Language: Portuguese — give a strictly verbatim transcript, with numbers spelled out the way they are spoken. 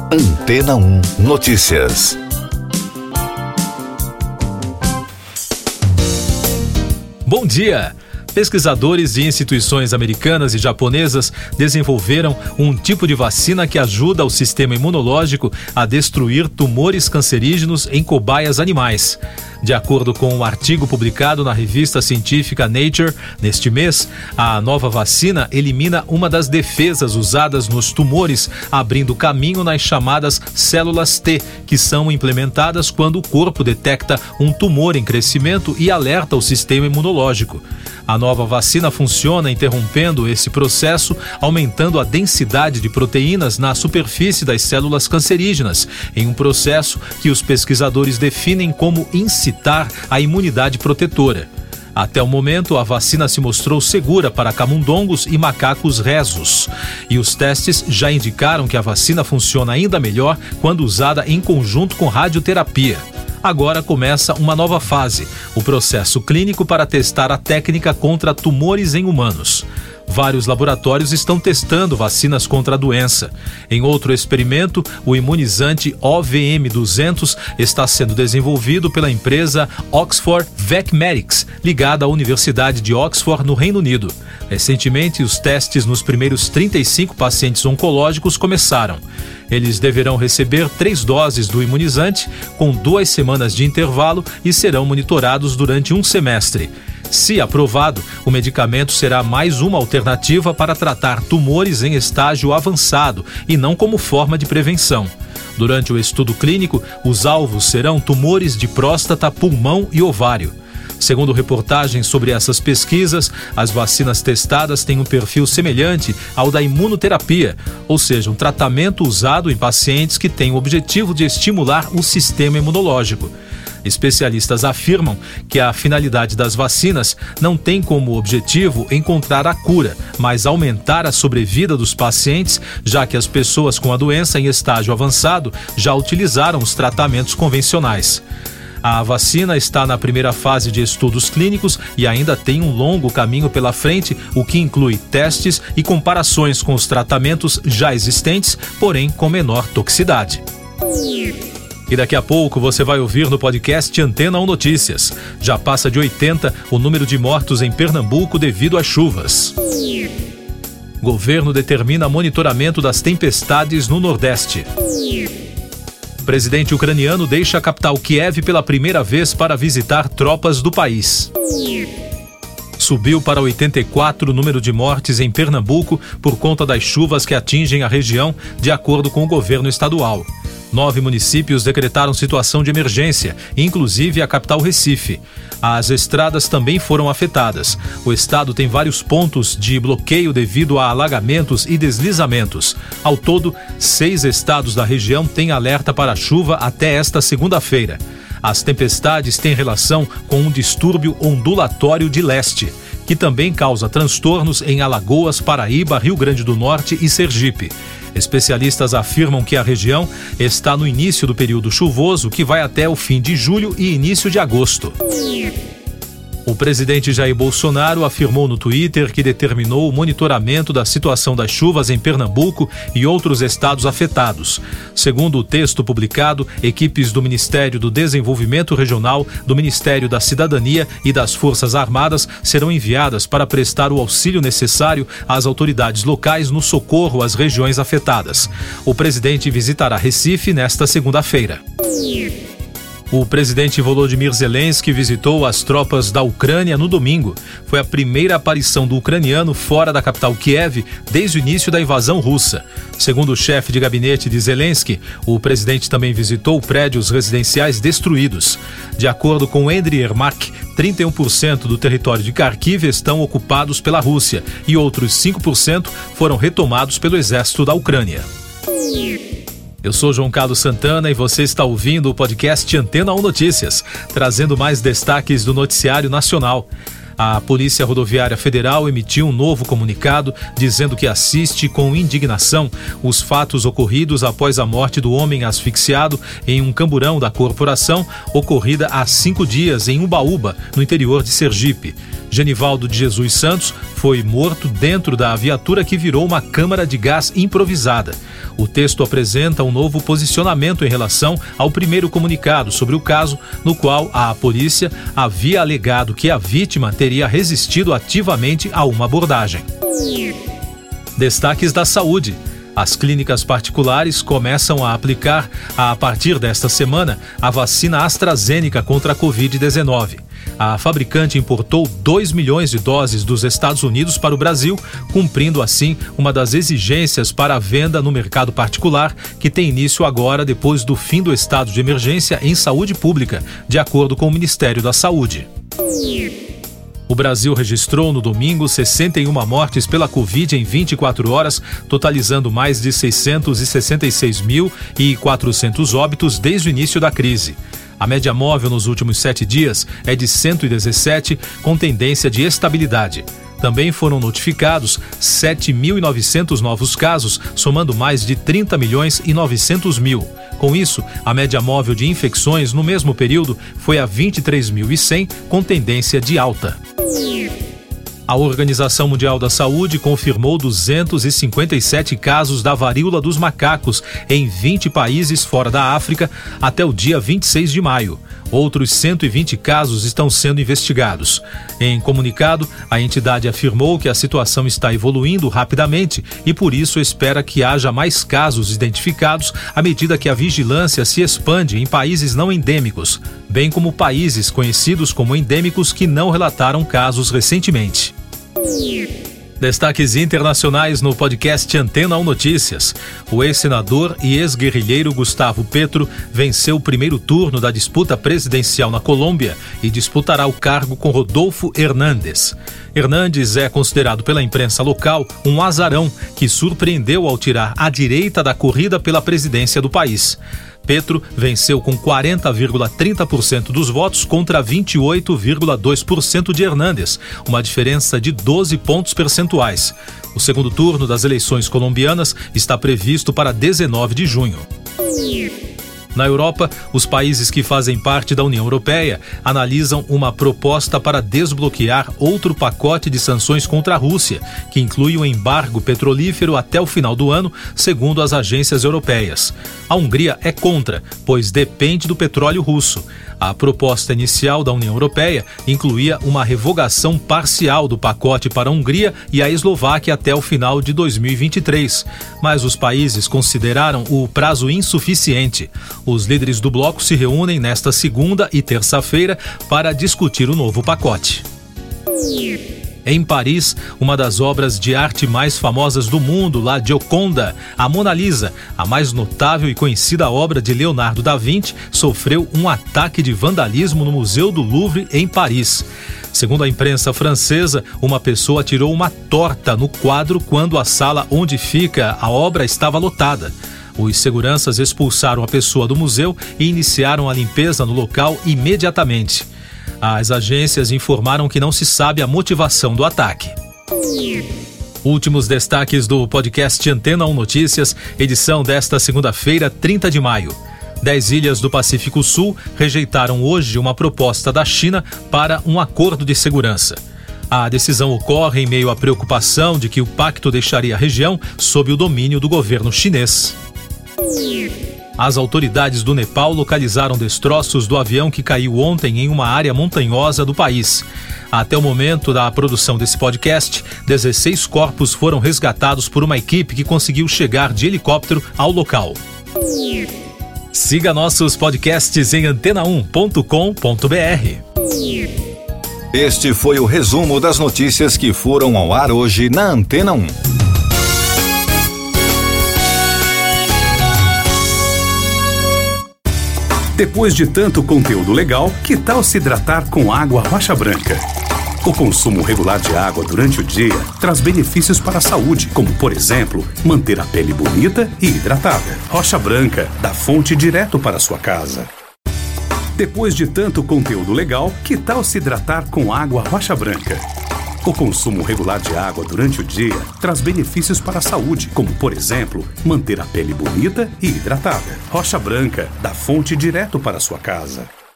Antena um Notícias. Bom dia! Pesquisadores de instituições americanas e japonesas desenvolveram um tipo de vacina que ajuda o sistema imunológico a destruir tumores cancerígenos em cobaias animais. De acordo com um artigo publicado na revista científica Nature, neste mês, a nova vacina elimina uma das defesas usadas nos tumores, abrindo caminho nas chamadas células T, que são implementadas quando o corpo detecta um tumor em crescimento e alerta o sistema imunológico. A nova vacina funciona interrompendo esse processo, aumentando a densidade de proteínas na superfície das células cancerígenas, em um processo que os pesquisadores definem como incitar a imunidade protetora. Até o momento, a vacina se mostrou segura para camundongos e macacos rhesus. E os testes já indicaram que a vacina funciona ainda melhor quando usada em conjunto com radioterapia. Agora começa uma nova fase, o processo clínico para testar a técnica contra tumores em humanos. Vários laboratórios estão testando vacinas contra a doença. Em outro experimento, o imunizante O V M duzentos está sendo desenvolvido pela empresa Oxford Vacmedics, ligada à Universidade de Oxford, no Reino Unido. Recentemente, os testes nos primeiros trinta e cinco pacientes oncológicos começaram. Eles deverão receber três doses do imunizante, com duas semanas de intervalo, e serão monitorados durante um semestre. Se aprovado, o medicamento será mais uma alternativa para tratar tumores em estágio avançado e não como forma de prevenção. Durante o estudo clínico, os alvos serão tumores de próstata, pulmão e ovário. Segundo reportagens sobre essas pesquisas, as vacinas testadas têm um perfil semelhante ao da imunoterapia, ou seja, um tratamento usado em pacientes que têm o objetivo de estimular o sistema imunológico. Especialistas afirmam que a finalidade das vacinas não tem como objetivo encontrar a cura, mas aumentar a sobrevida dos pacientes, já que as pessoas com a doença em estágio avançado já utilizaram os tratamentos convencionais. A vacina está na primeira fase de estudos clínicos e ainda tem um longo caminho pela frente, o que inclui testes e comparações com os tratamentos já existentes, porém com menor toxicidade. E daqui a pouco você vai ouvir no podcast Antena um Notícias. Já passa de oitenta o número de mortos em Pernambuco devido às chuvas. Governo determina monitoramento das tempestades no Nordeste. Presidente ucraniano deixa a capital Kiev pela primeira vez para visitar tropas do país. Subiu para oitenta e quatro o número de mortes em Pernambuco por conta das chuvas que atingem a região, de acordo com o governo estadual. Nove municípios decretaram situação de emergência, inclusive a capital Recife. As estradas também foram afetadas. O estado tem vários pontos de bloqueio devido a alagamentos e deslizamentos. Ao todo, seis estados da região têm alerta para chuva até esta segunda-feira. As tempestades têm relação com um distúrbio ondulatório de leste, que também causa transtornos em Alagoas, Paraíba, Rio Grande do Norte e Sergipe. Especialistas afirmam que a região está no início do período chuvoso, que vai até o fim de julho e início de agosto. O presidente Jair Bolsonaro afirmou no Twitter que determinou o monitoramento da situação das chuvas em Pernambuco e outros estados afetados. Segundo o texto publicado, equipes do Ministério do Desenvolvimento Regional, do Ministério da Cidadania e das Forças Armadas serão enviadas para prestar o auxílio necessário às autoridades locais no socorro às regiões afetadas. O presidente visitará Recife nesta segunda-feira. O presidente Volodymyr Zelensky visitou as tropas da Ucrânia no domingo. Foi a primeira aparição do ucraniano fora da capital Kiev desde o início da invasão russa. Segundo o chefe de gabinete de Zelensky, o presidente também visitou prédios residenciais destruídos. De acordo com Andriy Yermak, trinta e um por cento do território de Kharkiv estão ocupados pela Rússia e outros cinco por cento foram retomados pelo exército da Ucrânia. Eu sou João Carlos Santana e você está ouvindo o podcast Antena um Notícias, trazendo mais destaques do noticiário nacional. A Polícia Rodoviária Federal emitiu um novo comunicado dizendo que assiste com indignação os fatos ocorridos após a morte do homem asfixiado em um camburão da corporação, ocorrida há cinco dias em Umbaúba, no interior de Sergipe. Genivaldo de Jesus Santos foi morto dentro da viatura que virou uma câmara de gás improvisada. O texto apresenta um novo posicionamento em relação ao primeiro comunicado sobre o caso, no qual a polícia havia alegado que a vítima teria resistido ativamente a uma abordagem. Destaques da saúde. As clínicas particulares começam a aplicar, a partir desta semana, a vacina AstraZeneca contra a covid dezenove. A fabricante importou dois milhões de doses dos Estados Unidos para o Brasil, cumprindo assim uma das exigências para a venda no mercado particular, que tem início agora depois do fim do estado de emergência em saúde pública, de acordo com o Ministério da Saúde. O Brasil registrou no domingo sessenta e uma mortes pela Covid em vinte e quatro horas, totalizando mais de seiscentos e sessenta e seis mil e quatrocentos óbitos desde o início da crise. A média móvel nos últimos sete dias é de cento e dezessete, com tendência de estabilidade. Também foram notificados sete mil e novecentos novos casos, somando mais de trinta milhões e novecentos mil. Com isso, a média móvel de infecções no mesmo período foi a vinte e três mil e cem, com tendência de alta. A Organização Mundial da Saúde confirmou duzentos e cinquenta e sete casos da varíola dos macacos em vinte países fora da África até o dia vinte e seis de maio. Outros cento e vinte casos estão sendo investigados. Em comunicado, a entidade afirmou que a situação está evoluindo rapidamente e, por isso, espera que haja mais casos identificados à medida que a vigilância se expande em países não endêmicos, bem como países conhecidos como endêmicos que não relataram casos recentemente. Destaques internacionais no podcast Antena um Notícias. O ex-senador e ex-guerrilheiro Gustavo Petro venceu o primeiro turno da disputa presidencial na Colômbia e disputará o cargo com Rodolfo Hernández. Hernández é considerado pela imprensa local um azarão que surpreendeu ao tirar a direita da corrida pela presidência do país. Petro venceu com quarenta vírgula trinta por cento dos votos contra vinte e oito vírgula dois por cento de Hernández, uma diferença de doze pontos percentuais. O segundo turno das eleições colombianas está previsto para dezenove de junho. Na Europa, os países que fazem parte da União Europeia analisam uma proposta para desbloquear outro pacote de sanções contra a Rússia, que inclui o embargo petrolífero até o final do ano, segundo as agências europeias. A Hungria é contra, pois depende do petróleo russo. A proposta inicial da União Europeia incluía uma revogação parcial do pacote para a Hungria e a Eslováquia até o final de dois mil e vinte e três, mas os países consideraram o prazo insuficiente. Os líderes do bloco se reúnem nesta segunda e terça-feira para discutir o novo pacote. Em Paris, uma das obras de arte mais famosas do mundo, La Gioconda, a Mona Lisa, a mais notável e conhecida obra de Leonardo da Vinci, sofreu um ataque de vandalismo no Museu do Louvre, em Paris. Segundo a imprensa francesa, uma pessoa atirou uma torta no quadro quando a sala onde fica a obra estava lotada. Os seguranças expulsaram a pessoa do museu e iniciaram a limpeza no local imediatamente. As agências informaram que não se sabe a motivação do ataque. Últimos destaques do podcast Antena um Notícias, edição desta segunda-feira, trinta de maio. Dez ilhas do Pacífico Sul rejeitaram hoje uma proposta da China para um acordo de segurança. A decisão ocorre em meio à preocupação de que o pacto deixaria a região sob o domínio do governo chinês. As autoridades do Nepal localizaram destroços do avião que caiu ontem em uma área montanhosa do país. Até o momento da produção desse podcast, dezesseis corpos foram resgatados por uma equipe que conseguiu chegar de helicóptero ao local. Siga nossos podcasts em antena um ponto com ponto b r. Este foi o resumo das notícias que foram ao ar hoje na Antena um. Depois de tanto conteúdo legal, que tal se hidratar com água Rocha Branca? O consumo regular de água durante o dia traz benefícios para a saúde, como, por exemplo, manter a pele bonita e hidratada. Rocha Branca, da fonte direto para a sua casa. Depois de tanto conteúdo legal, que tal se hidratar com água Rocha Branca? O consumo regular de água durante o dia traz benefícios para a saúde, como, por exemplo, manter a pele bonita e hidratada. Rocha Branca, da fonte direto para a sua casa.